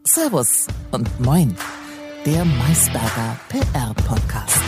Servus und Moin, der Maisberger PR-Podcast.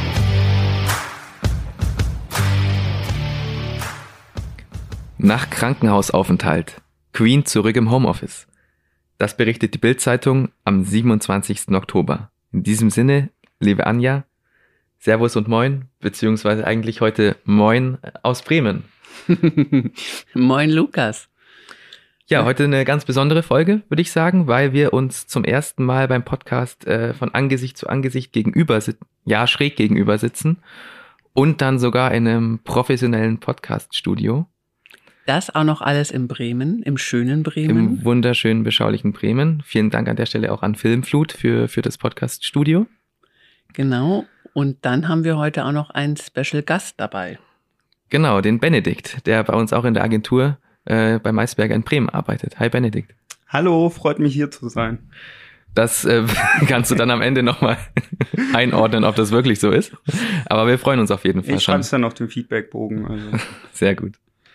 Nach Krankenhausaufenthalt. Queen zurück im Homeoffice. Das berichtet die Bild-Zeitung am 27. Oktober. In diesem Sinne, liebe Anja, Servus und Moin, beziehungsweise eigentlich heute Moin aus Bremen. Moin Lukas. Ja, heute eine ganz besondere Folge, würde ich sagen, weil wir uns zum ersten Mal beim Podcast von Angesicht zu Angesicht schräg gegenüber sitzen und dann sogar in einem professionellen Podcast-Studio. Das auch noch alles in Bremen, im schönen Bremen. Im wunderschönen, beschaulichen Bremen. Vielen Dank an der Stelle auch an Filmflut für das Podcast-Studio. Genau, und dann haben wir heute auch noch einen Special Gast dabei. Genau, den Benedikt, der bei uns auch in der Agentur bei Maisberger in Bremen arbeitet. Hi Benedikt. Hallo, freut mich hier zu sein. Das kannst du dann am Ende nochmal einordnen, ob das wirklich so ist. Aber wir freuen uns auf jeden Fall. Ich schreibe es dann auf dem Feedbackbogen. Also. Sehr gut.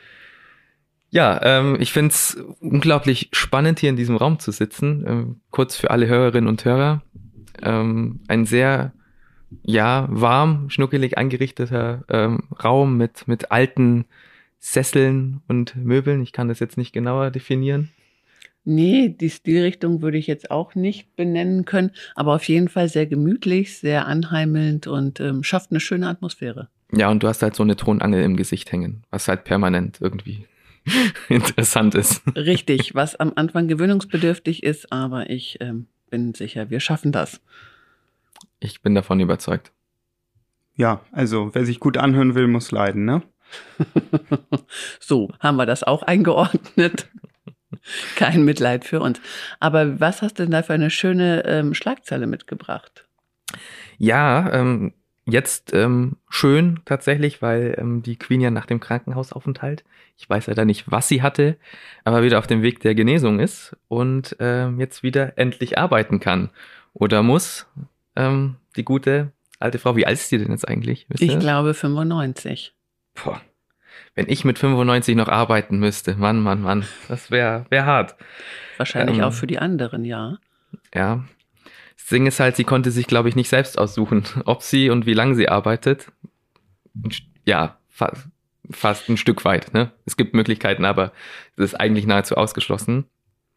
Ja, ich finde es unglaublich spannend, hier in diesem Raum zu sitzen. Kurz für alle Hörerinnen und Hörer. Ein sehr, warm, schnuckelig eingerichteter Raum mit alten Sesseln und Möbeln. Ich kann das jetzt nicht genauer definieren. Nee, die Stilrichtung würde ich jetzt auch nicht benennen können, aber auf jeden Fall sehr gemütlich, sehr anheimelnd und schafft eine schöne Atmosphäre. Ja, und du hast halt so eine Tonangel im Gesicht hängen, was halt permanent irgendwie interessant ist. Richtig, was am Anfang gewöhnungsbedürftig ist, aber ich bin sicher, wir schaffen das. Ich bin davon überzeugt. Ja, also wer sich gut anhören will, muss leiden, ne? So, haben wir das auch eingeordnet. Kein Mitleid für uns. Aber was hast du denn da für eine schöne Schlagzeile mitgebracht? Ja, jetzt schön tatsächlich, weil die Queen ja nach dem Krankenhausaufenthalt, ich weiß leider nicht, was sie hatte, aber wieder auf dem Weg der Genesung ist und jetzt wieder endlich arbeiten kann. Oder muss, die gute alte Frau. Wie alt ist die denn jetzt eigentlich? Ich glaube 95. Boah. Wenn ich mit 95 noch arbeiten müsste, Mann, das wäre hart. Wahrscheinlich auch für die anderen, ja. Ja. Das Ding ist halt, sie konnte sich, glaube ich, nicht selbst aussuchen, ob sie und wie lange sie arbeitet. Ja, fast ein Stück weit, ne? Es gibt Möglichkeiten, aber das ist eigentlich nahezu ausgeschlossen.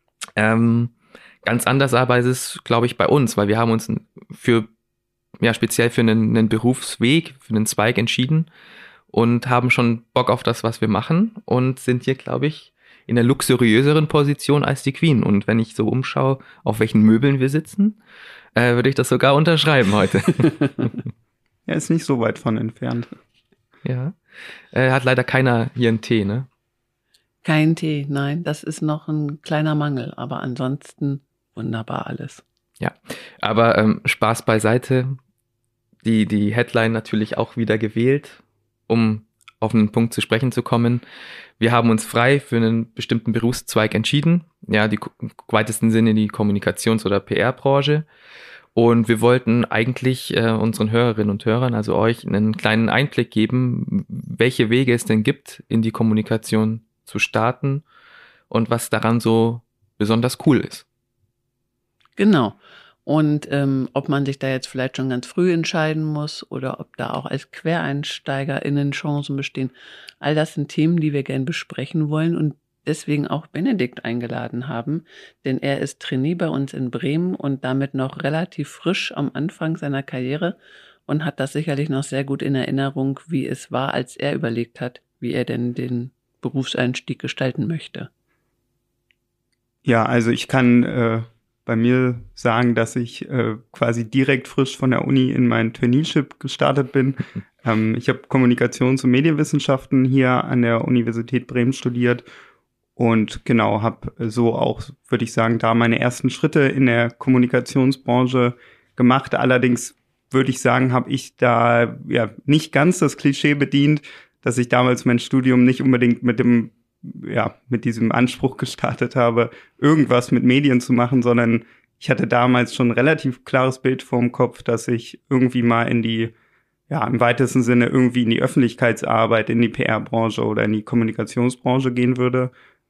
Ganz anders aber ist es, glaube ich, bei uns, weil wir haben uns speziell für einen Berufsweg, für einen Zweig entschieden und haben schon Bock auf das, was wir machen und sind hier, glaube ich, in einer luxuriöseren Position als die Queen. Und wenn ich so umschaue, auf welchen Möbeln wir sitzen, würde ich das sogar unterschreiben heute. Ja, ist nicht so weit von entfernt. Ja. Hat leider keiner hier einen Tee, ne? Kein Tee, nein, das ist noch ein kleiner Mangel, aber ansonsten wunderbar alles. Ja, aber Spaß beiseite, die Headline natürlich auch wieder gewählt, um auf einen Punkt zu sprechen zu kommen. Wir haben uns frei für einen bestimmten Berufszweig entschieden, ja, im weitesten Sinne die Kommunikations- oder PR-Branche. Und wir wollten eigentlich unseren Hörerinnen und Hörern, also euch, einen kleinen Einblick geben, welche Wege es denn gibt, in die Kommunikation zu starten und was daran so besonders cool ist. Genau. Und ob man sich da jetzt vielleicht schon ganz früh entscheiden muss oder ob da auch als QuereinsteigerInnen Chancen bestehen. All das sind Themen, die wir gern besprechen wollen und deswegen auch Benedikt eingeladen haben, denn er ist Trainee bei uns in Bremen und damit noch relativ frisch am Anfang seiner Karriere und hat das sicherlich noch sehr gut in Erinnerung, wie es war, als er überlegt hat, wie er denn den Berufseinstieg gestalten möchte. Ja, also ich kann bei mir sagen, dass ich quasi direkt frisch von der Uni in mein Traineeship gestartet bin. Ich habe Kommunikations- und Medienwissenschaften hier an der Universität Bremen studiert und genau, habe so auch, würde ich sagen, da meine ersten Schritte in der Kommunikationsbranche gemacht. Allerdings würde ich sagen, habe ich da ja nicht ganz das Klischee bedient, dass ich damals mein Studium nicht unbedingt mit diesem Anspruch gestartet habe, irgendwas mit Medien zu machen, sondern ich hatte damals schon ein relativ klares Bild vorm Kopf, dass ich irgendwie mal im weitesten Sinne irgendwie in die Öffentlichkeitsarbeit, in die PR-Branche oder in die Kommunikationsbranche gehen würde.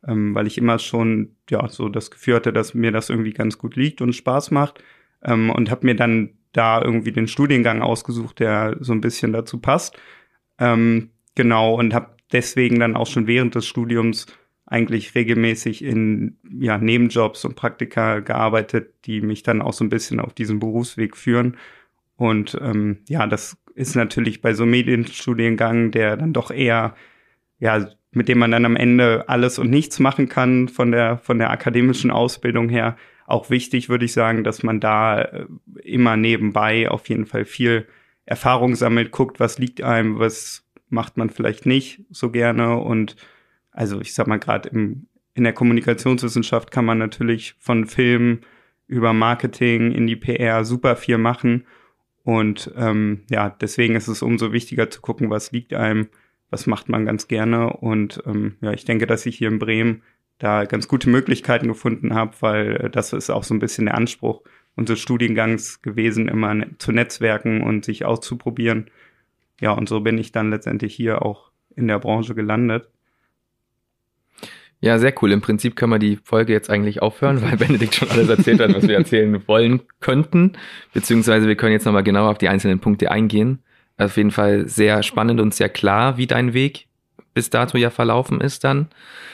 weil ich immer schon so das Gefühl hatte, dass mir das irgendwie ganz gut liegt und Spaß macht, und habe mir dann da irgendwie den Studiengang ausgesucht, der so ein bisschen dazu passt. Genau, und habe deswegen dann auch schon während des Studiums eigentlich regelmäßig in Nebenjobs und Praktika gearbeitet, die mich dann auch so ein bisschen auf diesen Berufsweg führen. Und das ist natürlich bei so einem Medienstudiengang, der dann doch eher, mit dem man dann am Ende alles und nichts machen kann von der akademischen Ausbildung her, auch wichtig, würde ich sagen, dass man da immer nebenbei auf jeden Fall viel Erfahrung sammelt, guckt, was liegt einem, was macht man vielleicht nicht so gerne. Und also ich sag mal, gerade in der Kommunikationswissenschaft kann man natürlich von Film über Marketing in die PR super viel machen. Und deswegen ist es umso wichtiger zu gucken, was liegt einem, was macht man ganz gerne. Und ich denke, dass ich hier in Bremen da ganz gute Möglichkeiten gefunden habe, weil das ist auch so ein bisschen der Anspruch unseres Studiengangs gewesen, immer zu netzwerken und sich auszuprobieren. Ja, und so bin ich dann letztendlich hier auch in der Branche gelandet. Ja, sehr cool. Im Prinzip können wir die Folge jetzt eigentlich aufhören, weil Benedikt schon alles erzählt hat, was wir erzählen wollen könnten. Beziehungsweise wir können jetzt nochmal genauer auf die einzelnen Punkte eingehen. Also auf jeden Fall sehr spannend und sehr klar, wie dein Weg bis dato ja verlaufen ist dann.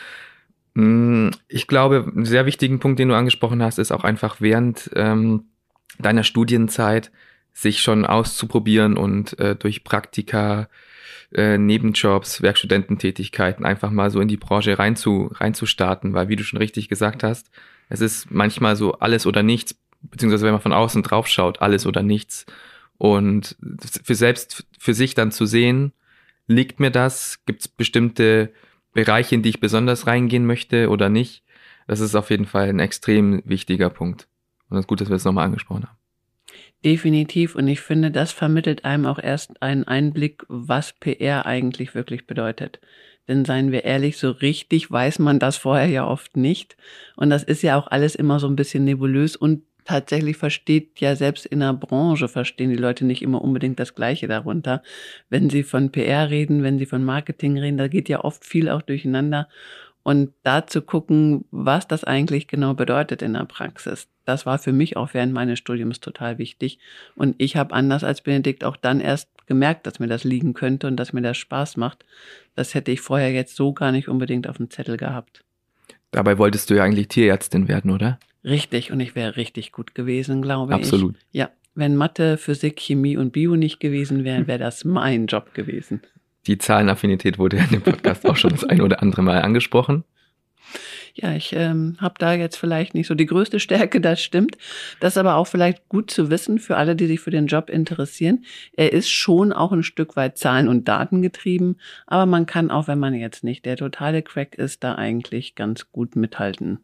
Ich glaube, einen sehr wichtigen Punkt, den du angesprochen hast, ist auch einfach während deiner Studienzeit sich schon auszuprobieren und durch Praktika, Nebenjobs, Werkstudententätigkeiten einfach mal so in die Branche reinzustarten, weil wie du schon richtig gesagt hast, es ist manchmal so alles oder nichts, beziehungsweise wenn man von außen drauf schaut, alles oder nichts. Und für sich dann zu sehen, liegt mir das, gibt es bestimmte Bereiche, in die ich besonders reingehen möchte oder nicht, das ist auf jeden Fall ein extrem wichtiger Punkt. Und es ist gut, dass wir es nochmal angesprochen haben. Definitiv. Und ich finde, das vermittelt einem auch erst einen Einblick, was PR eigentlich wirklich bedeutet. Denn seien wir ehrlich, so richtig weiß man das vorher ja oft nicht. Und das ist ja auch alles immer so ein bisschen nebulös und tatsächlich versteht ja selbst in der Branche, verstehen die Leute nicht immer unbedingt das Gleiche darunter. Wenn sie von PR reden, wenn sie von Marketing reden, da geht ja oft viel auch durcheinander. Und da zu gucken, was das eigentlich genau bedeutet in der Praxis, das war für mich auch während meines Studiums total wichtig. Und ich habe anders als Benedikt auch dann erst gemerkt, dass mir das liegen könnte und dass mir das Spaß macht. Das hätte ich vorher jetzt so gar nicht unbedingt auf dem Zettel gehabt. Dabei wolltest du ja eigentlich Tierärztin werden, oder? Richtig, und ich wäre richtig gut gewesen, glaube ich. Absolut. Ja, wenn Mathe, Physik, Chemie und Bio nicht gewesen wären, wäre das mein Job gewesen. Die Zahlenaffinität wurde ja in dem Podcast auch schon das ein oder andere Mal angesprochen. Ja, ich habe da jetzt vielleicht nicht so die größte Stärke, das stimmt. Das ist aber auch vielleicht gut zu wissen für alle, die sich für den Job interessieren. Er ist schon auch ein Stück weit Zahlen- und Daten getrieben, aber man kann auch, wenn man jetzt nicht der totale Crack ist, da eigentlich ganz gut mithalten.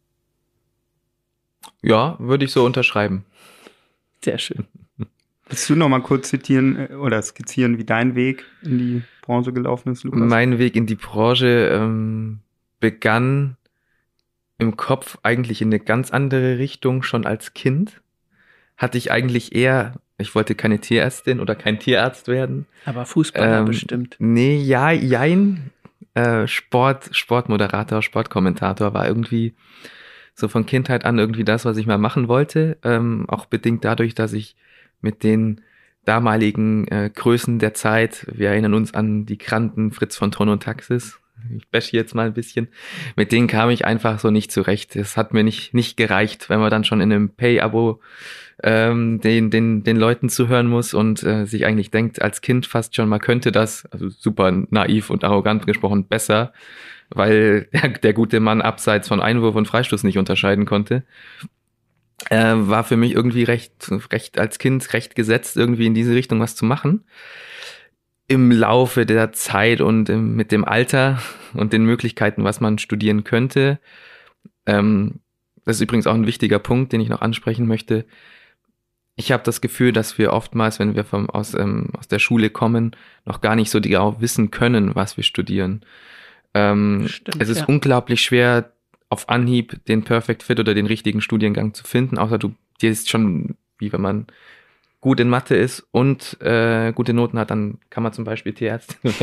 Ja, würde ich so unterschreiben. Sehr schön. Willst du noch mal kurz zitieren oder skizzieren, wie dein Weg in die Branche gelaufen ist, Lukas? Mein Weg in die Branche begann im Kopf eigentlich in eine ganz andere Richtung. Schon als Kind hatte ich eigentlich eher, ich wollte keine Tierärztin oder kein Tierarzt werden. Aber Fußballer bestimmt. Nee, jein. Sportmoderator, Sportkommentator war irgendwie so von Kindheit an irgendwie das, was ich mal machen wollte. Auch bedingt dadurch, dass ich mit den damaligen Größen der Zeit, wir erinnern uns an die Granden Fritz von Tronn und Taxis, ich bashe jetzt mal ein bisschen, mit denen kam ich einfach so nicht zurecht. Es hat mir nicht gereicht, wenn man dann schon in einem Pay-Abo den Leuten zuhören muss und sich eigentlich denkt, als Kind fast schon, man könnte das, also super naiv und arrogant gesprochen, besser, weil der gute Mann abseits von Einwurf und Freistoß nicht unterscheiden konnte. War für mich irgendwie recht als Kind recht gesetzt, irgendwie in diese Richtung was zu machen. Im Laufe der Zeit und mit dem Alter und den Möglichkeiten, was man studieren könnte. Das ist übrigens auch ein wichtiger Punkt, den ich noch ansprechen möchte. Ich habe das Gefühl, dass wir oftmals, wenn wir aus der Schule kommen, noch gar nicht so genau wissen können, was wir studieren. Stimmt, es ist unglaublich schwer, auf Anhieb den Perfect Fit oder den richtigen Studiengang zu finden, außer dir ist schon, wie wenn man gut in Mathe ist und gute Noten hat, dann kann man zum Beispiel Tierärztin werden.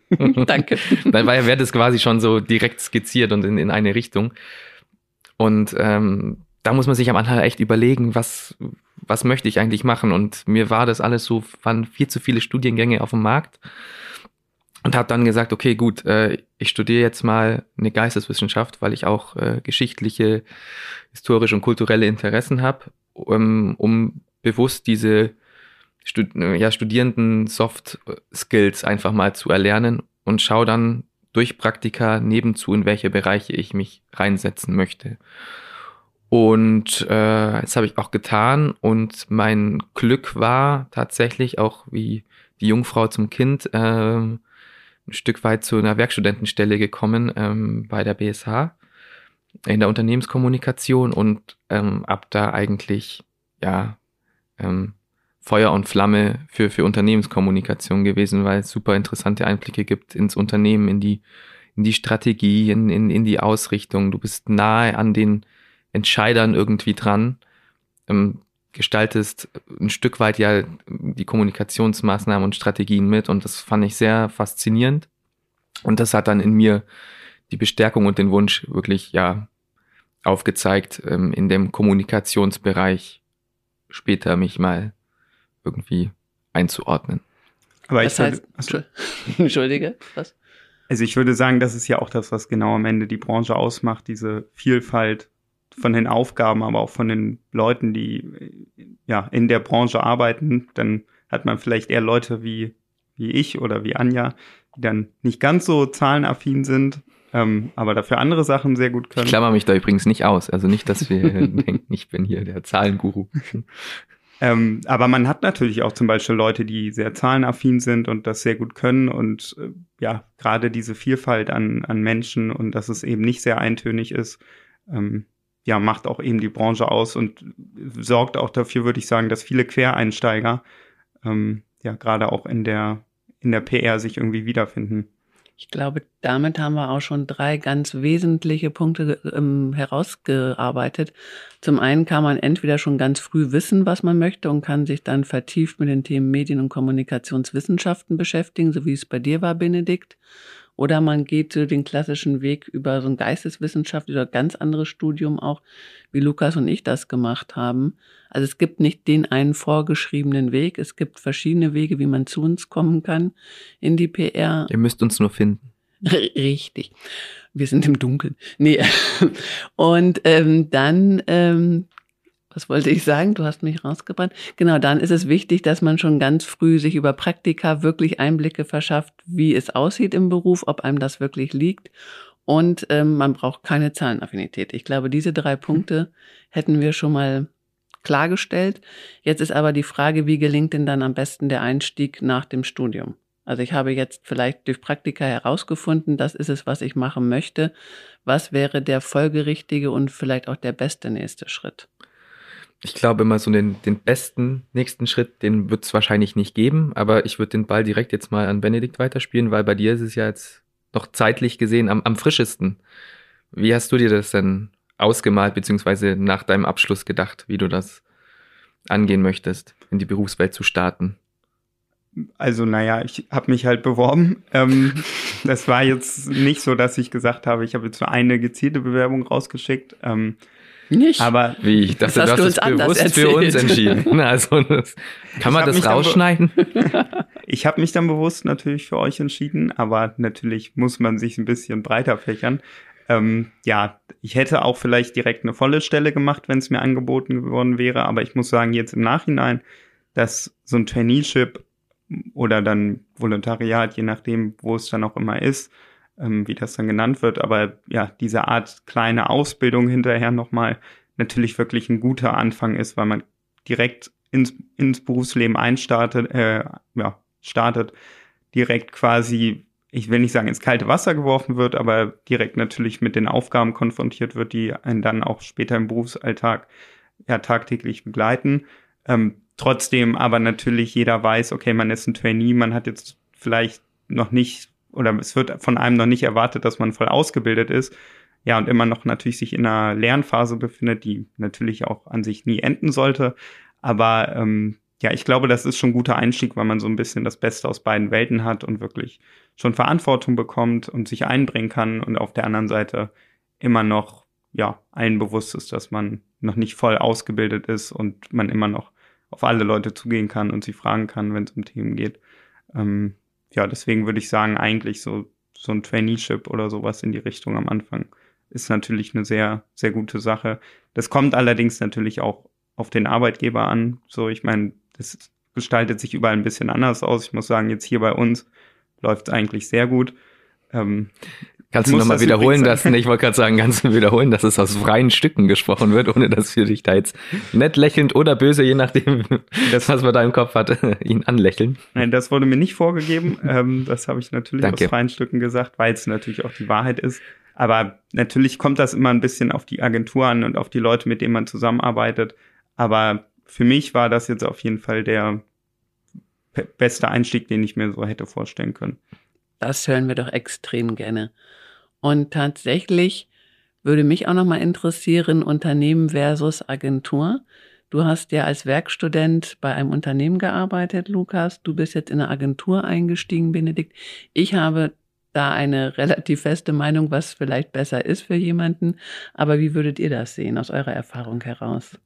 Danke. Dann wäre das quasi schon so direkt skizziert und in eine Richtung. Und da muss man sich am Anfang echt überlegen, was möchte ich eigentlich machen? Und mir war das alles so, waren viel zu viele Studiengänge auf dem Markt. Und habe dann gesagt, okay, gut, ich studiere jetzt mal eine Geisteswissenschaft, weil ich auch geschichtliche, historische und kulturelle Interessen habe, um bewusst diese Studierenden Soft Skills einfach mal zu erlernen und schaue dann durch Praktika nebenzu, in welche Bereiche ich mich reinsetzen möchte. Und das habe ich auch getan und mein Glück war tatsächlich auch wie die Jungfrau zum Kind ein Stück weit zu einer Werkstudentenstelle gekommen bei der BSH in der Unternehmenskommunikation und ab da eigentlich Feuer und Flamme für Unternehmenskommunikation gewesen, weil es super interessante Einblicke gibt ins Unternehmen, in die Strategie, in die Ausrichtung. Du bist nahe an den Entscheidern irgendwie dran, gestaltest ein Stück weit ja die Kommunikationsmaßnahmen und Strategien mit und das fand ich sehr faszinierend und das hat dann in mir die Bestärkung und den Wunsch wirklich aufgezeigt, in dem Kommunikationsbereich später mich mal irgendwie einzuordnen. Aber Entschuldige, was? Also ich würde sagen, das ist ja auch das, was genau am Ende die Branche ausmacht, diese Vielfalt von den Aufgaben, aber auch von den Leuten, die in der Branche arbeiten. Dann hat man vielleicht eher Leute wie ich oder wie Anja, die dann nicht ganz so zahlenaffin sind, aber dafür andere Sachen sehr gut können. Ich klammer mich da übrigens nicht aus. Also nicht, dass wir denken, ich bin hier der Zahlenguru. Aber man hat natürlich auch zum Beispiel Leute, die sehr zahlenaffin sind und das sehr gut können und gerade diese Vielfalt an Menschen und dass es eben nicht sehr eintönig ist, macht auch eben die Branche aus und sorgt auch dafür, würde ich sagen, dass viele Quereinsteiger gerade auch in der PR sich irgendwie wiederfinden. Ich glaube, damit haben wir auch schon 3 ganz wesentliche Punkte herausgearbeitet. Zum einen kann man entweder schon ganz früh wissen, was man möchte und kann sich dann vertieft mit den Themen Medien- und Kommunikationswissenschaften beschäftigen, so wie es bei dir war, Benedikt. Oder man geht den klassischen Weg über so ein Geisteswissenschaft oder ganz anderes Studium auch, wie Lukas und ich das gemacht haben. Also es gibt nicht den einen vorgeschriebenen Weg. Es gibt verschiedene Wege, wie man zu uns kommen kann in die PR. Ihr müsst uns nur finden. Richtig. Wir sind im Dunkeln. Nee. Und dann was wollte ich sagen? Du hast mich rausgebrannt. Genau, dann ist es wichtig, dass man schon ganz früh sich über Praktika wirklich Einblicke verschafft, wie es aussieht im Beruf, ob einem das wirklich liegt. Und man braucht keine Zahlenaffinität. Ich glaube, diese 3 Punkte hätten wir schon mal klargestellt. Jetzt ist aber die Frage, wie gelingt denn dann am besten der Einstieg nach dem Studium? Also ich habe jetzt vielleicht durch Praktika herausgefunden, das ist es, was ich machen möchte. Was wäre der folgerichtige und vielleicht auch der beste nächste Schritt? Ich glaube immer so den besten nächsten Schritt, den wird es wahrscheinlich nicht geben, aber ich würde den Ball direkt jetzt mal an Benedikt weiterspielen, weil bei dir ist es ja jetzt noch zeitlich gesehen am frischesten. Wie hast du dir das denn ausgemalt, beziehungsweise nach deinem Abschluss gedacht, wie du das angehen möchtest, in die Berufswelt zu starten? Also ich habe mich halt beworben. Das war jetzt nicht so, dass ich gesagt habe, ich habe jetzt nur eine gezielte Bewerbung rausgeschickt. Nicht? Aber Wie, ich dachte, du hast es bewusst für uns entschieden. Also kann man das rausschneiden? Ich habe mich dann bewusst natürlich für euch entschieden, aber natürlich muss man sich ein bisschen breiter fächern. Ich hätte auch vielleicht direkt eine volle Stelle gemacht, wenn es mir angeboten geworden wäre, aber ich muss sagen, jetzt im Nachhinein, dass so ein Traineeship oder dann Volontariat, je nachdem, wo es dann auch immer ist, wie das dann genannt wird, aber diese Art kleine Ausbildung hinterher nochmal natürlich wirklich ein guter Anfang ist, weil man direkt ins Berufsleben startet, direkt quasi, ich will nicht sagen ins kalte Wasser geworfen wird, aber direkt natürlich mit den Aufgaben konfrontiert wird, die einen dann auch später im Berufsalltag tagtäglich begleiten. Trotzdem aber natürlich jeder weiß, okay, man ist ein Trainee, man hat jetzt vielleicht noch nicht, oder es wird von einem noch nicht erwartet, dass man voll ausgebildet ist, und immer noch natürlich sich in einer Lernphase befindet, die natürlich auch an sich nie enden sollte, aber ja, ich glaube, das ist schon ein guter Einstieg, weil man so ein bisschen das Beste aus beiden Welten hat und wirklich schon Verantwortung bekommt und sich einbringen kann und auf der anderen Seite immer noch, ja, allen bewusst ist, dass man noch nicht voll ausgebildet ist und man immer noch auf alle Leute zugehen kann und sie fragen kann, wenn es um Themen geht. Ja, deswegen würde ich sagen, eigentlich so ein Traineeship oder sowas in die Richtung am Anfang ist natürlich eine sehr, sehr gute Sache. Das kommt allerdings natürlich auch auf den Arbeitgeber an. So, ich meine, das gestaltet sich überall ein bisschen anders aus. Ich muss sagen, jetzt hier bei uns läuft es eigentlich sehr gut. Kannst du nochmal wiederholen, ich wollte gerade sagen, kannst du wiederholen, dass es aus freien Stücken gesprochen wird, ohne dass wir dich da jetzt nett lächelnd oder böse, je nachdem, was man da im Kopf hat, ihn anlächeln? Nein, das wurde mir nicht vorgegeben. Das habe ich natürlich aus freien Stücken gesagt, weil es natürlich auch die Wahrheit ist. Aber natürlich kommt das immer ein bisschen auf die Agentur an und auf die Leute, mit denen man zusammenarbeitet. Aber für mich war das jetzt auf jeden Fall der beste Einstieg, den ich mir so hätte vorstellen können. Das hören wir doch extrem gerne. Und tatsächlich würde mich auch nochmal interessieren, Unternehmen versus Agentur. Du hast ja als Werkstudent bei einem Unternehmen gearbeitet, Lukas. Du bist jetzt in eine Agentur eingestiegen, Benedikt. Ich habe da eine relativ feste Meinung, was vielleicht besser ist für jemanden. Aber wie würdet ihr das sehen, aus eurer Erfahrung heraus?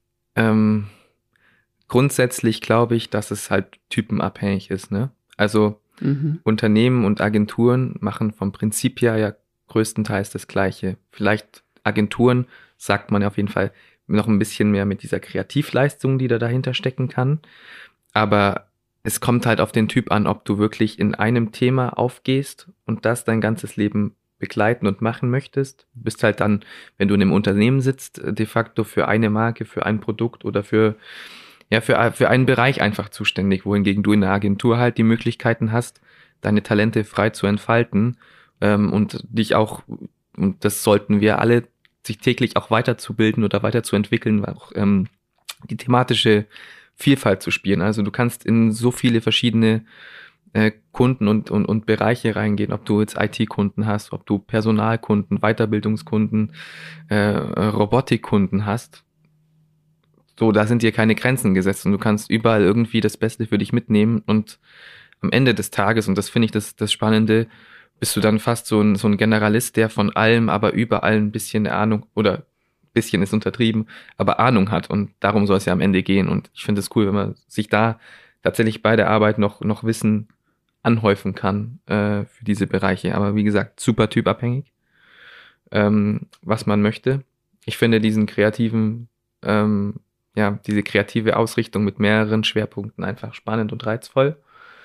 Grundsätzlich glaube ich, dass es halt typenabhängig ist, ne? Also Unternehmen und Agenturen machen vom Prinzip her ja größtenteils das Gleiche. Vielleicht Agenturen, sagt man ja auf jeden Fall, noch ein bisschen mehr mit dieser Kreativleistung, die da dahinter stecken kann. Aber es kommt halt auf den Typ an, ob du wirklich in einem Thema aufgehst und das dein ganzes Leben begleiten und machen möchtest. Du bist halt dann, wenn du in einem Unternehmen sitzt, de facto für eine Marke, für ein Produkt oder für einen Bereich einfach zuständig, wohingegen du in der Agentur halt die Möglichkeiten hast, deine Talente frei zu entfalten und dich auch, und das sollten wir alle, sich täglich auch weiterzubilden oder weiterzuentwickeln, auch die thematische Vielfalt zu spielen. Also du kannst in so viele verschiedene Kunden und Bereiche reingehen, ob du jetzt IT-Kunden hast, ob du Personalkunden, Weiterbildungskunden, Robotikkunden hast. So, da sind dir keine Grenzen gesetzt und du kannst überall irgendwie das Beste für dich mitnehmen und am Ende des Tages, und das finde ich das Spannende, bist du dann fast so ein Generalist, der von allem, aber überall ein bisschen Ahnung, oder bisschen ist untertrieben, aber Ahnung hat und darum soll es ja am Ende gehen und ich finde es cool, wenn man sich da tatsächlich bei der Arbeit noch Wissen anhäufen kann für diese Bereiche, aber wie gesagt, super typabhängig, was man möchte. Ich finde diesen kreativen diese kreative Ausrichtung mit mehreren Schwerpunkten einfach spannend und reizvoll.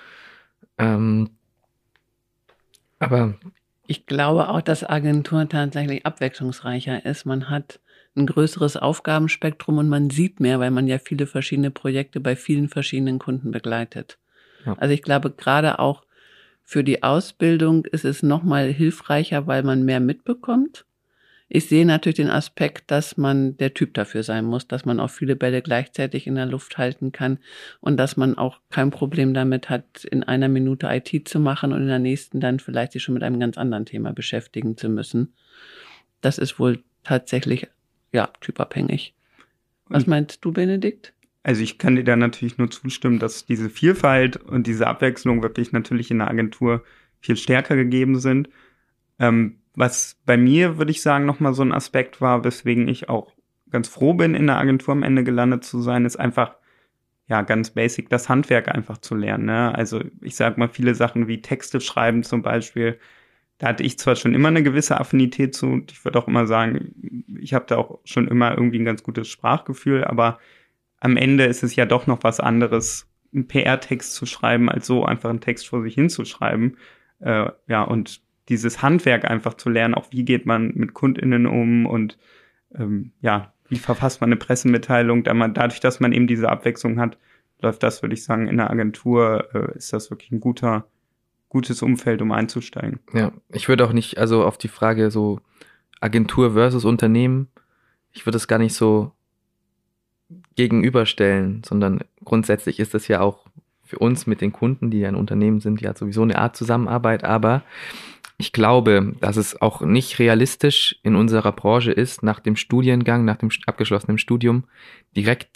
Aber ich glaube auch, dass Agentur tatsächlich abwechslungsreicher ist. Man hat ein größeres Aufgabenspektrum und man sieht mehr, weil man ja viele verschiedene Projekte bei vielen verschiedenen Kunden begleitet. Ja. Also ich glaube, gerade auch für die Ausbildung ist es nochmal hilfreicher, weil man mehr mitbekommt. Ich sehe natürlich den Aspekt, dass man der Typ dafür sein muss, dass man auch viele Bälle gleichzeitig in der Luft halten kann und dass man auch kein Problem damit hat, in einer Minute IT zu machen und in der nächsten dann vielleicht sich schon mit einem ganz anderen Thema beschäftigen zu müssen. Das ist wohl tatsächlich, typabhängig. Was meinst du, Benedikt? Also ich kann dir da natürlich nur zustimmen, dass diese Vielfalt und diese Abwechslung wirklich natürlich in der Agentur viel stärker gegeben sind. Was bei mir, würde ich sagen, nochmal so ein Aspekt war, weswegen ich auch ganz froh bin, in der Agentur am Ende gelandet zu sein, ist einfach, ganz basic, das Handwerk einfach zu lernen. Ne? Also ich sag mal, viele Sachen wie Texte schreiben zum Beispiel, da hatte ich zwar schon immer eine gewisse Affinität zu, und ich würde auch immer sagen, ich habe da auch schon immer irgendwie ein ganz gutes Sprachgefühl, aber am Ende ist es ja doch noch was anderes, einen PR-Text zu schreiben, als so einfach einen Text vor sich hinzuschreiben. Und dieses Handwerk einfach zu lernen, auch wie geht man mit KundInnen um und wie verfasst man eine Pressemitteilung, dadurch, dass man eben diese Abwechslung hat, läuft das, würde ich sagen, in der Agentur ist das wirklich ein gutes Umfeld, um einzusteigen. Ja, ich würde auch nicht, also auf die Frage so Agentur versus Unternehmen, ich würde es gar nicht so gegenüberstellen, sondern grundsätzlich ist das ja auch für uns mit den Kunden, die ja ein Unternehmen sind, ja sowieso eine Art Zusammenarbeit, aber ich glaube, dass es auch nicht realistisch in unserer Branche ist, nach dem Studiengang, nach dem abgeschlossenen Studium direkt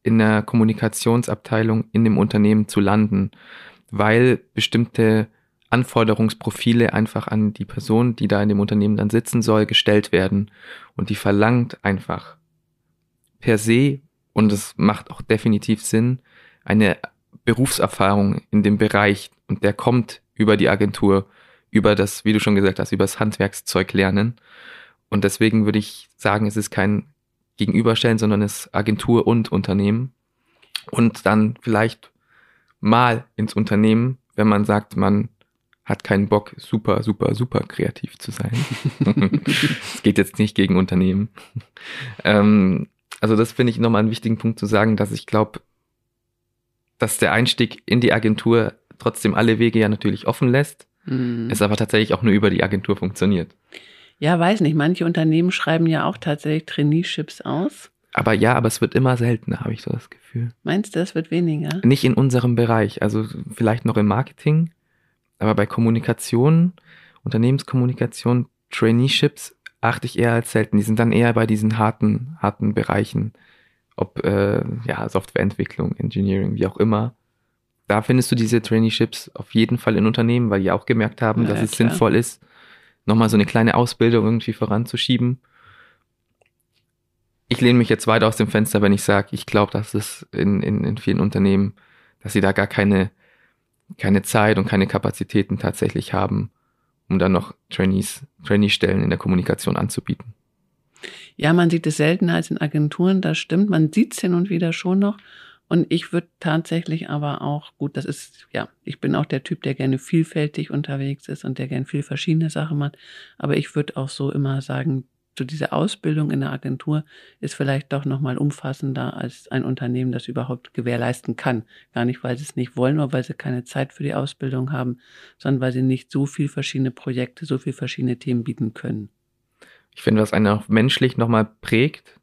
in der Kommunikationsabteilung in dem Unternehmen zu landen, weil bestimmte Anforderungsprofile einfach an die Person, die da in dem Unternehmen dann sitzen soll, gestellt werden. Und die verlangt einfach per se, und es macht auch definitiv Sinn, eine Berufserfahrung in dem Bereich. Und der kommt über die Agentur, über das, wie du schon gesagt hast, über das Handwerkszeug lernen. Und deswegen würde ich sagen, es ist kein Gegenüberstellen, sondern es ist Agentur und Unternehmen. Und dann vielleicht mal ins Unternehmen, wenn man sagt, man hat keinen Bock, super kreativ zu sein. Es geht jetzt nicht gegen Unternehmen. Also das finde ich nochmal einen wichtigen Punkt zu sagen, dass ich glaube, dass der Einstieg in die Agentur trotzdem alle Wege ja natürlich offen lässt, es aber tatsächlich auch nur über die Agentur funktioniert. Ja, weiß nicht. Manche Unternehmen schreiben ja auch tatsächlich Traineeships aus. Aber es wird immer seltener, habe ich so das Gefühl. Meinst du, das wird weniger? Nicht in unserem Bereich, also vielleicht noch im Marketing, aber bei Kommunikation, Unternehmenskommunikation, Traineeships achte ich eher als selten. Die sind dann eher bei diesen harten Bereichen, ob Softwareentwicklung, Engineering, wie auch immer. Da findest du diese Traineeships auf jeden Fall in Unternehmen, weil die auch gemerkt haben, dass es sinnvoll ist, nochmal so eine kleine Ausbildung irgendwie voranzuschieben. Ich lehne mich jetzt weiter aus dem Fenster, wenn ich sage, ich glaube, dass es in vielen Unternehmen, dass sie da gar keine Zeit und keine Kapazitäten tatsächlich haben, um dann noch Trainee-Stellen in der Kommunikation anzubieten. Ja, man sieht es seltener als in Agenturen, das stimmt. Man sieht es hin und wieder schon noch. Und ich würde tatsächlich aber auch, gut, ich bin auch der Typ, der gerne vielfältig unterwegs ist und der gerne viel verschiedene Sachen macht. Aber ich würde auch so immer sagen, so diese Ausbildung in der Agentur ist vielleicht doch nochmal umfassender als ein Unternehmen, das überhaupt gewährleisten kann. Gar nicht, weil sie es nicht wollen oder weil sie keine Zeit für die Ausbildung haben, sondern weil sie nicht so viel verschiedene Projekte, so viel verschiedene Themen bieten können. Ich finde, was einen auch menschlich nochmal prägt,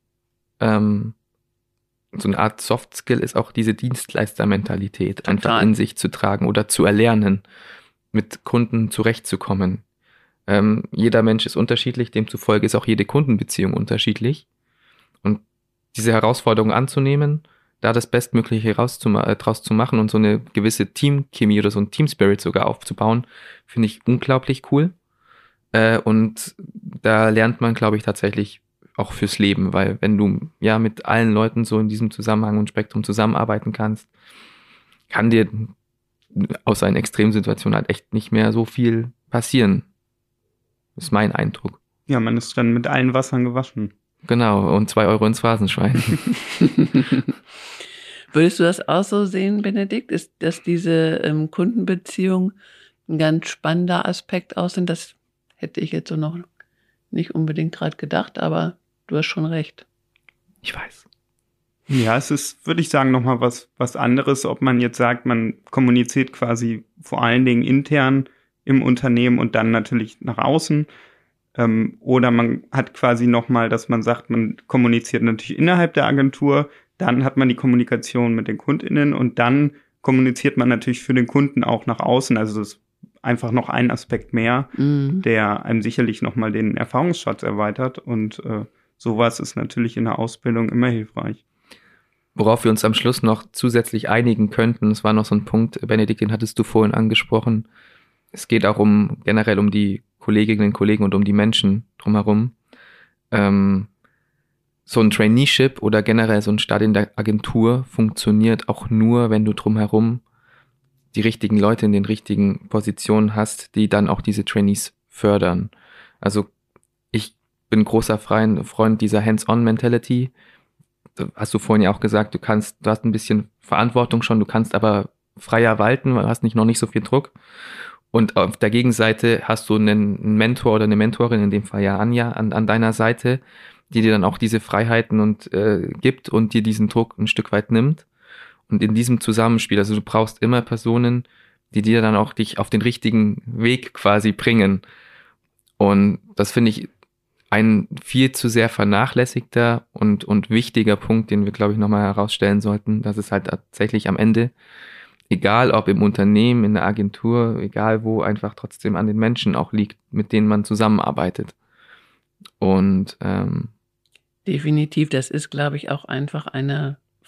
so eine Art Soft-Skill ist auch diese Dienstleistermentalität einfach in sich zu tragen oder zu erlernen, mit Kunden zurechtzukommen. Jeder Mensch ist unterschiedlich, demzufolge ist auch jede Kundenbeziehung unterschiedlich. Und diese Herausforderung anzunehmen, da das Bestmögliche draus zu machen und so eine gewisse Teamchemie oder so ein Teamspirit sogar aufzubauen, finde ich unglaublich cool. Und da lernt man, glaube ich, tatsächlich auch fürs Leben, weil wenn du ja mit allen Leuten so in diesem Zusammenhang und Spektrum zusammenarbeiten kannst, kann dir außer in Extremsituationen halt echt nicht mehr so viel passieren. Das ist mein Eindruck. Ja, man ist dann mit allen Wassern gewaschen. Genau, und 2 Euro ins Phrasenschwein. Würdest du das auch so sehen, Benedikt? Ist, dass diese Kundenbeziehung ein ganz spannender Aspekt aus sind? Das hätte ich jetzt so noch nicht unbedingt gerade gedacht, aber du hast schon recht. Ich weiß. Ja, es ist, würde ich sagen, nochmal was anderes, ob man jetzt sagt, man kommuniziert quasi vor allen Dingen intern im Unternehmen und dann natürlich nach außen. Oder man hat quasi nochmal, dass man sagt, man kommuniziert natürlich innerhalb der Agentur, dann hat man die Kommunikation mit den KundInnen und dann kommuniziert man natürlich für den Kunden auch nach außen. Also das ist einfach noch ein Aspekt mehr, der einem sicherlich nochmal den Erfahrungsschatz erweitert und sowas ist natürlich in der Ausbildung immer hilfreich. Worauf wir uns am Schluss noch zusätzlich einigen könnten, es war noch so ein Punkt, Benedikt, den hattest du vorhin angesprochen. Es geht auch generell um die Kolleginnen und Kollegen und um die Menschen drumherum. So ein Traineeship oder generell so ein Start in der Agentur funktioniert auch nur, wenn du drumherum die richtigen Leute in den richtigen Positionen hast, die dann auch diese Trainees fördern. Also ich bin großer Freund dieser Hands-on-Mentality. Hast du vorhin ja auch gesagt, du hast ein bisschen Verantwortung schon, du kannst aber freier walten, weil du hast noch nicht so viel Druck. Und auf der Gegenseite hast du einen Mentor oder eine Mentorin, in dem Fall ja Anja, an deiner Seite, die dir dann auch diese Freiheiten gibt und dir diesen Druck ein Stück weit nimmt. Und in diesem Zusammenspiel, also du brauchst immer Personen, die dir dann auch dich auf den richtigen Weg quasi bringen. Und das finde ich ein viel zu sehr vernachlässigter und wichtiger Punkt, den wir, glaube ich, nochmal herausstellen sollten, dass es halt tatsächlich am Ende, egal ob im Unternehmen, in der Agentur, egal wo, einfach trotzdem an den Menschen auch liegt, mit denen man zusammenarbeitet. Und definitiv, das ist, glaube ich, auch einfach eine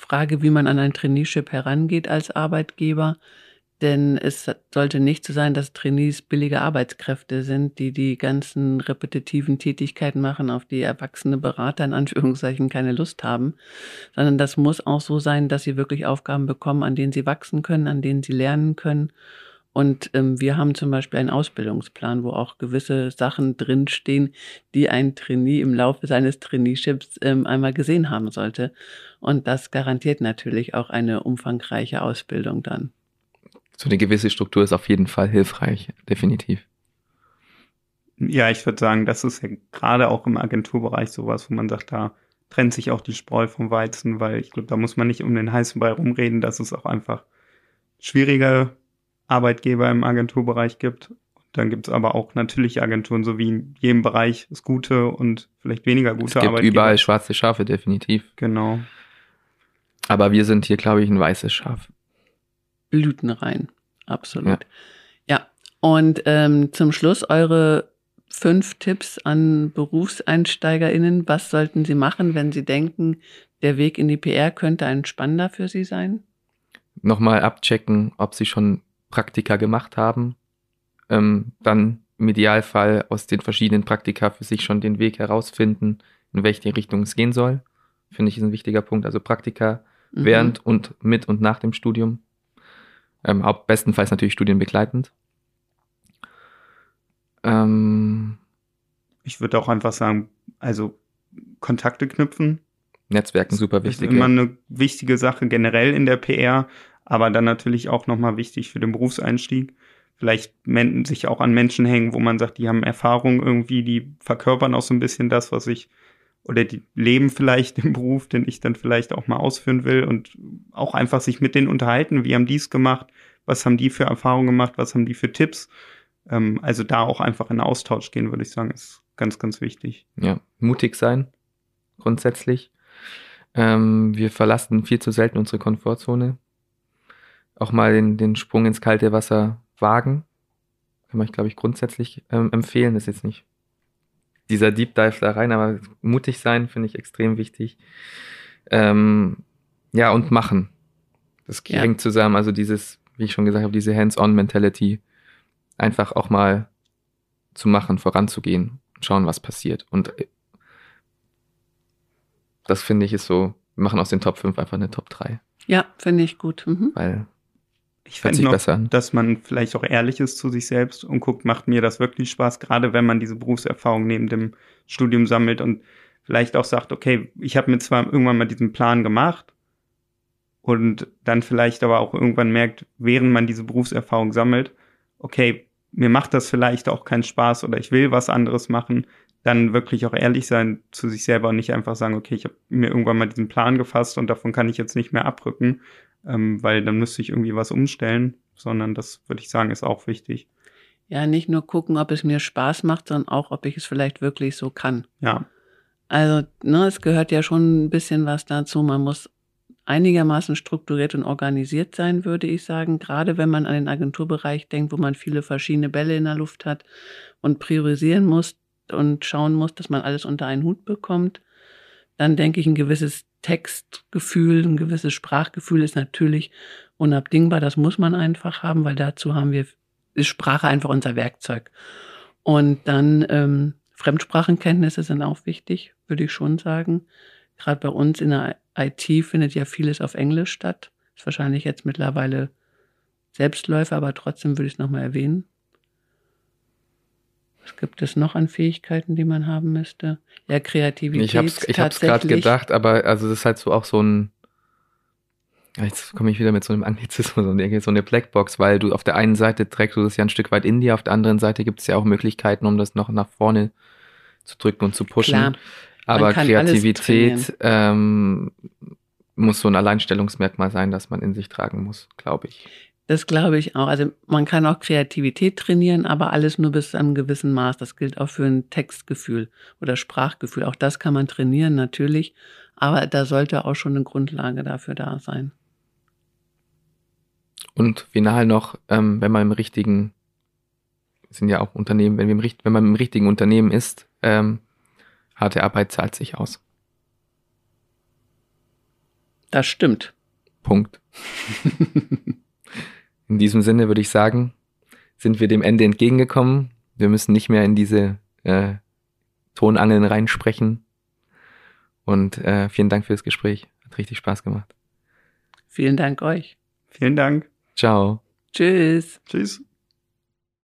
Frage, wie man an ein Traineeship herangeht als Arbeitgeber. Denn es sollte nicht so sein, dass Trainees billige Arbeitskräfte sind, die die ganzen repetitiven Tätigkeiten machen, auf die erwachsene Berater in Anführungszeichen keine Lust haben, sondern das muss auch so sein, dass sie wirklich Aufgaben bekommen, an denen sie wachsen können, an denen sie lernen können. Und wir haben zum Beispiel einen Ausbildungsplan, wo auch gewisse Sachen drinstehen, die ein Trainee im Laufe seines Traineeships einmal gesehen haben sollte. Und das garantiert natürlich auch eine umfangreiche Ausbildung dann. So eine gewisse Struktur ist auf jeden Fall hilfreich, definitiv. Ja, ich würde sagen, das ist ja gerade auch im Agenturbereich sowas, wo man sagt, da trennt sich auch die Spreu vom Weizen, weil ich glaube, da muss man nicht um den heißen Brei rumreden, dass es auch einfach schwierige Arbeitgeber im Agenturbereich gibt. Dann gibt es aber auch natürliche Agenturen, so wie in jedem Bereich es gute und vielleicht weniger gute Arbeitgeber. Es gibt überall schwarze Schafe, definitiv. Genau. Aber wir sind hier, glaube ich, ein weißes Schaf. Blüten rein, absolut. Ja, und zum Schluss eure 5 Tipps an BerufseinsteigerInnen. Was sollten sie machen, wenn sie denken, der Weg in die PR könnte ein spannender für sie sein? Nochmal abchecken, ob sie schon Praktika gemacht haben. Dann im Idealfall aus den verschiedenen Praktika für sich schon den Weg herausfinden, in welche Richtung es gehen soll. Finde ich, ist ein wichtiger Punkt. Also Praktika während und mit und nach dem Studium. Bestenfalls natürlich studienbegleitend. Ich würde auch einfach sagen, also Kontakte knüpfen. Netzwerken super wichtig. Das ist immer eine wichtige Sache generell in der PR, aber dann natürlich auch nochmal wichtig für den Berufseinstieg. Vielleicht sich auch an Menschen hängen, wo man sagt, die haben Erfahrung irgendwie, die verkörpern auch so ein bisschen das, was ich, oder die leben vielleicht den Beruf, den ich dann vielleicht auch mal ausführen will, und auch einfach sich mit denen unterhalten, wie haben die es gemacht, was haben die für Erfahrungen gemacht, was haben die für Tipps. Also da auch einfach in Austausch gehen, würde ich sagen, ist ganz, ganz wichtig. Ja, mutig sein, grundsätzlich. Wir verlassen viel zu selten unsere Komfortzone. Auch mal den Sprung ins kalte Wasser wagen. Kann man, glaube ich, grundsätzlich empfehlen. Das ist jetzt nicht dieser Deep Dive da rein, aber mutig sein finde ich extrem wichtig. Ja, und machen. Das hängt zusammen. Also dieses, wie ich schon gesagt habe, diese Hands-on-Mentality. Einfach auch mal zu machen, voranzugehen, schauen, was passiert. Und das finde ich ist so, wir machen aus den Top 5 einfach eine Top 3. Ja, finde ich gut. Weil ich finde noch, dass man vielleicht auch ehrlich ist zu sich selbst und guckt, macht mir das wirklich Spaß, gerade wenn man diese Berufserfahrung neben dem Studium sammelt und vielleicht auch sagt, okay, ich habe mir zwar irgendwann mal diesen Plan gemacht und dann vielleicht aber auch irgendwann merkt, während man diese Berufserfahrung sammelt, okay, mir macht das vielleicht auch keinen Spaß oder ich will was anderes machen, dann wirklich auch ehrlich sein zu sich selber und nicht einfach sagen, okay, ich habe mir irgendwann mal diesen Plan gefasst und davon kann ich jetzt nicht mehr abrücken, weil dann müsste ich irgendwie was umstellen, sondern das, würde ich sagen, ist auch wichtig. Ja, nicht nur gucken, ob es mir Spaß macht, sondern auch, ob ich es vielleicht wirklich so kann. Ja. Also, es gehört ja schon ein bisschen was dazu. Man muss einigermaßen strukturiert und organisiert sein, würde ich sagen. Gerade wenn man an den Agenturbereich denkt, wo man viele verschiedene Bälle in der Luft hat und priorisieren muss und schauen muss, dass man alles unter einen Hut bekommt, dann denke ich, ein gewisses Textgefühl, ein gewisses Sprachgefühl ist natürlich unabdingbar. Das muss man einfach haben, weil dazu ist Sprache einfach unser Werkzeug. Und dann Fremdsprachenkenntnisse sind auch wichtig, würde ich schon sagen. Gerade bei uns in der IT findet ja vieles auf Englisch statt. Ist wahrscheinlich jetzt mittlerweile Selbstläufer, aber trotzdem würde ich es nochmal erwähnen. Was gibt es noch an Fähigkeiten, die man haben müsste? Ja, Kreativität. Ich hab's gerade gedacht, aber also das ist halt so auch so ein, jetzt komme ich wieder mit so einem Anglizismus und so eine Blackbox, weil du auf der einen Seite trägst du das ja ein Stück weit in dir, auf der anderen Seite gibt es ja auch Möglichkeiten, um das noch nach vorne zu drücken und zu pushen. Klar. Aber Kreativität muss so ein Alleinstellungsmerkmal sein, das man in sich tragen muss, glaube ich. Das glaube ich auch. Also man kann auch Kreativität trainieren, aber alles nur bis zu einem gewissen Maß. Das gilt auch für ein Textgefühl oder Sprachgefühl. Auch das kann man trainieren, natürlich. Aber da sollte auch schon eine Grundlage dafür da sein. Und final noch, wenn man im richtigen, sind ja auch Unternehmen, wenn man im richtigen Unternehmen ist, harte Arbeit zahlt sich aus. Das stimmt. Punkt. In diesem Sinne würde ich sagen, sind wir dem Ende entgegengekommen. Wir müssen nicht mehr in diese Tonangeln reinsprechen. Und vielen Dank fürs Gespräch. Hat richtig Spaß gemacht. Vielen Dank euch. Vielen Dank. Ciao. Tschüss. Tschüss.